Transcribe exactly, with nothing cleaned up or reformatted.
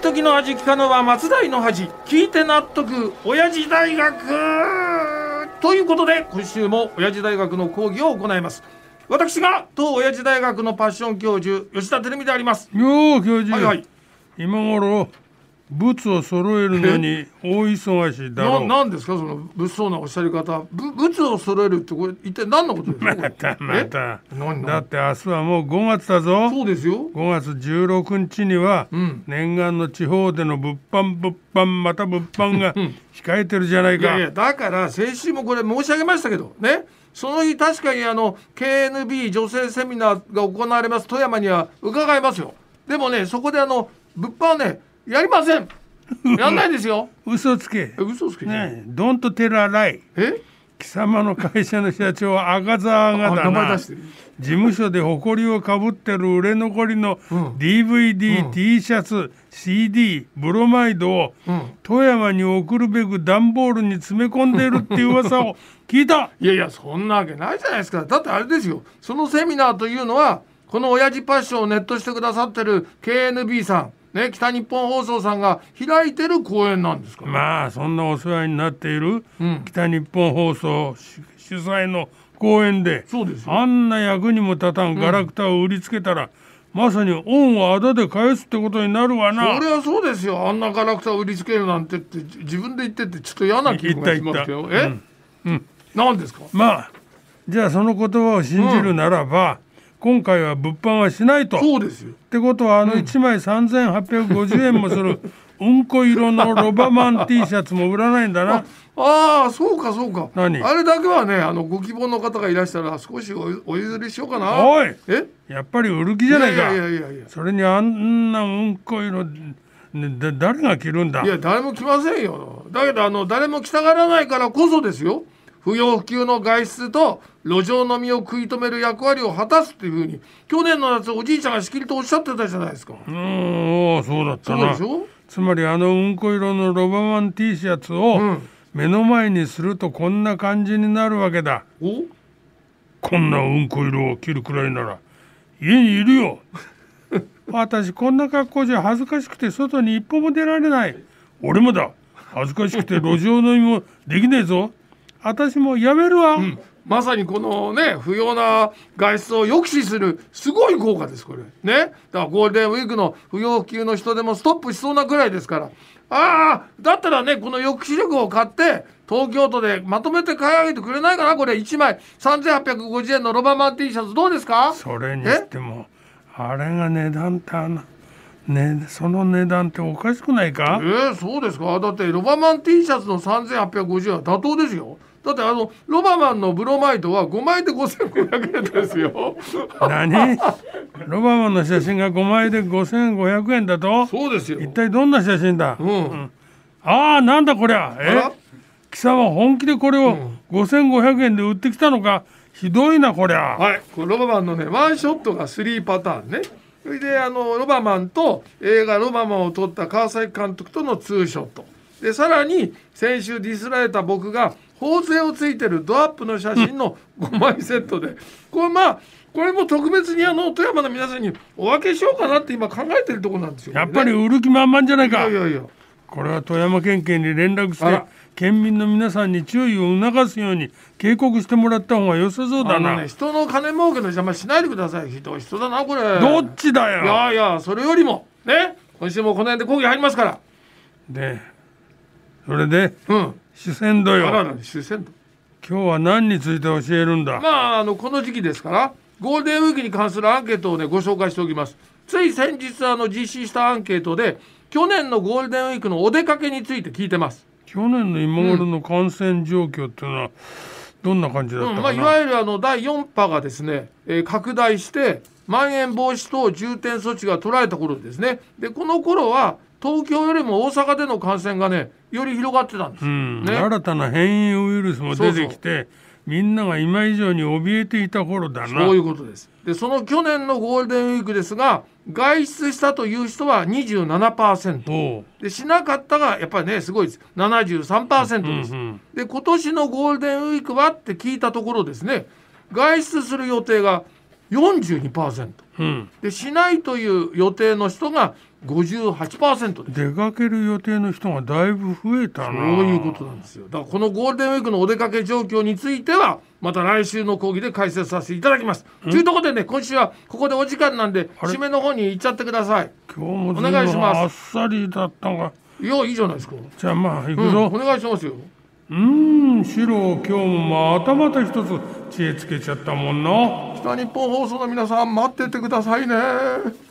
時の味聞かのは松代の恥、聞いて納得親父大学ということで、今週も親父大学の講義を行います。私が当親父大学のパッション教授吉田照美であります。 よー教授、 はいはい、 今頃物を揃えるのに大忙しだろう。 ななんですかその物騒なおっしゃり方。ぶ物を揃えるってこれ一体何のことですか。 またまた何だって明日はもうごがつだぞ。 そうですよ。 ごがつじゅうろくにちには、うん、念願の地方での物販物販また物販が控えてるじゃないか。 いやいやだから先週もこれ申し上げましたけどね、その日確かにあの ケーエヌビー 女性セミナーが行われます富山には伺いますよ。でもねそこであの物販はねやりません。やんないですよ。 嘘つけ。 嘘つけ。 ねえ、ドントテラライ。 え？ 貴様の会社の社長は赤澤がだな。事務所で誇りをかぶってる売れ残りの ディーブイディー、うん、T シャツ、シーディー、ブロマイドを、うん、富山に送るべく段ボールに詰め込んでいるっていう噂を聞いた。 いやいやそんなわけないじゃないですか。だってあれですよ、そのセミナーというのはこの親父パッションをネットしてくださってる ケーエヌビー さんね、北日本放送さんが開いてる講演なんですから。 まあそんなお世話になっている、うん、北日本放送主催の講演で、 そうですよ。 あんな役にも立たんガラクタを売りつけたら、うん、まさに恩をあだで返すってことになるわな。 それはそうですよ。あんなガラクタを売りつけるなんてって自分で言っててちょっと嫌な気分がしますけど。え、うんうん、何ですか。 まあじゃあその言葉を信じるならば、うん今回は物販はしないと。 そうですよ。 ってことはあのいちまいさんぜんはっぴゃくごじゅうえんもするうんこ色のロバマン T シャツも売らないんだな。 ああそうかそうか。 何あれだけはねあのご希望の方がいらしたら少し お, お譲りしようかな。 おいえやっぱり売る気じゃないか。 いやいやいやいやそれにあんなうんこ色、ね、だ誰が着るんだ。 いや誰も着ませんよ。だけどあの誰も着たがらないからこそですよ。不要不急の外出と路上飲みを食い止める役割を果たすっていうふうに去年の夏おじいちゃんがしきりとおっしゃってたじゃないですか。 うーんそうだったな。 そうでしょ。 つまりあのうんこ色のロバマン T シャツを目の前にするとこんな感じになるわけだ。 おこんなうんこ色を着るくらいなら家にいるよ。私こんな格好じゃ恥ずかしくて外に一歩も出られない。俺もだ。恥ずかしくて路上飲みもできねえぞ。私もやめるわ、うん、 まさにこのね不要な外出を抑止するすごい効果ですこれね。だからゴールデンウィークの不要不急の人でもストップしそうなくらいですから。ああだったらねこの抑止力を買って東京都でまとめて買い上げてくれないかな。これいちまいさんぜんはっぴゃくごじゅうえんのロバマン T シャツどうですか。 それにしてもあれが値段ってあのね、その値段っておかしくないか。 えー、そうですか。だってロバマン T シャツのさんぜんはっぴゃくごじゅうえんは妥当ですよ。だってあのロバマンのブロマイドはごまいでごせんごひゃくえんですよ。 何ロバマンの写真がごまいでごせんごひゃくえんだと。 そうですよ。 一体どんな写真だ、 うんうん、 ああなんだこりゃ。え貴様本気でこれをごせんごひゃくえんで売ってきたのか。ひどいなこりゃ。 はいこれロバマンのねワンショットがさんパターンね。それであのロバマンと映画ロバマンを撮った川崎監督とのツーショットで、さらに先週ディスられた僕が縫製をついてるドアップの写真のごまいセットでこれまあこれも特別にあの富山の皆さんにお分けしようかなって今考えてるところなんですよ、ね、 やっぱり売る気満々じゃないか。 いやいやいやこれは富山県警に連絡して県民の皆さんに注意を促すように警告してもらった方が良さそうだな。 ね、人の金儲けの邪魔しないでください。ひどい人だなこれ。 どっちだよ。 いやいやそれよりもね今週もこの辺で講義入りますから。 でそれで、 うん、 主戦度よ。 あらら主戦度今日は何について教えるんだ。 まああのこの時期ですからゴールデンウィークに関するアンケートをねご紹介しておきます。つい先日あの実施したアンケートで去年のゴールデンウィークのお出かけについて聞いてます。 去年の今頃の感染状況っていうのはどんな感じだったかな。 うんまあ、いわゆるあのだいよん波がですね、えー、拡大してまん延防止等重点措置が取られた頃ですね。でこの頃は東京よりも大阪での感染がねより広がってたんです、 うんね、 新たな変異ウイルスも出てきてそうそうみんなが今以上に怯えていた頃だな。 そういうことです。でその去年のゴールデンウィークですが外出したという人は にじゅうななパーセント でしなかったがやっぱりねすごいです ななじゅうさんパーセント です、うんうん、で今年のゴールデンウィークはって聞いたところですね外出する予定がよんじゅうにパーセント、 うん、 でしないという予定の人が ごじゅうはちパーセント です。 出かける予定の人がだいぶ増えたな。 そういうことなんですよ。だからこのゴールデンウィークのお出かけ状況についてはまた来週の講義で解説させていただきます。というところでね、今週はここでお時間なんで締めの方に行っちゃってください。 今日もお願いします。あっさりだったが。 いや、いいじゃないですか。 じゃあまあ行くぞ、 うん、お願いしますよ。 うーん、シロ、今日もまたまた一つ知恵つけちゃったもんな。 北日本放送の皆さん、待っててくださいね。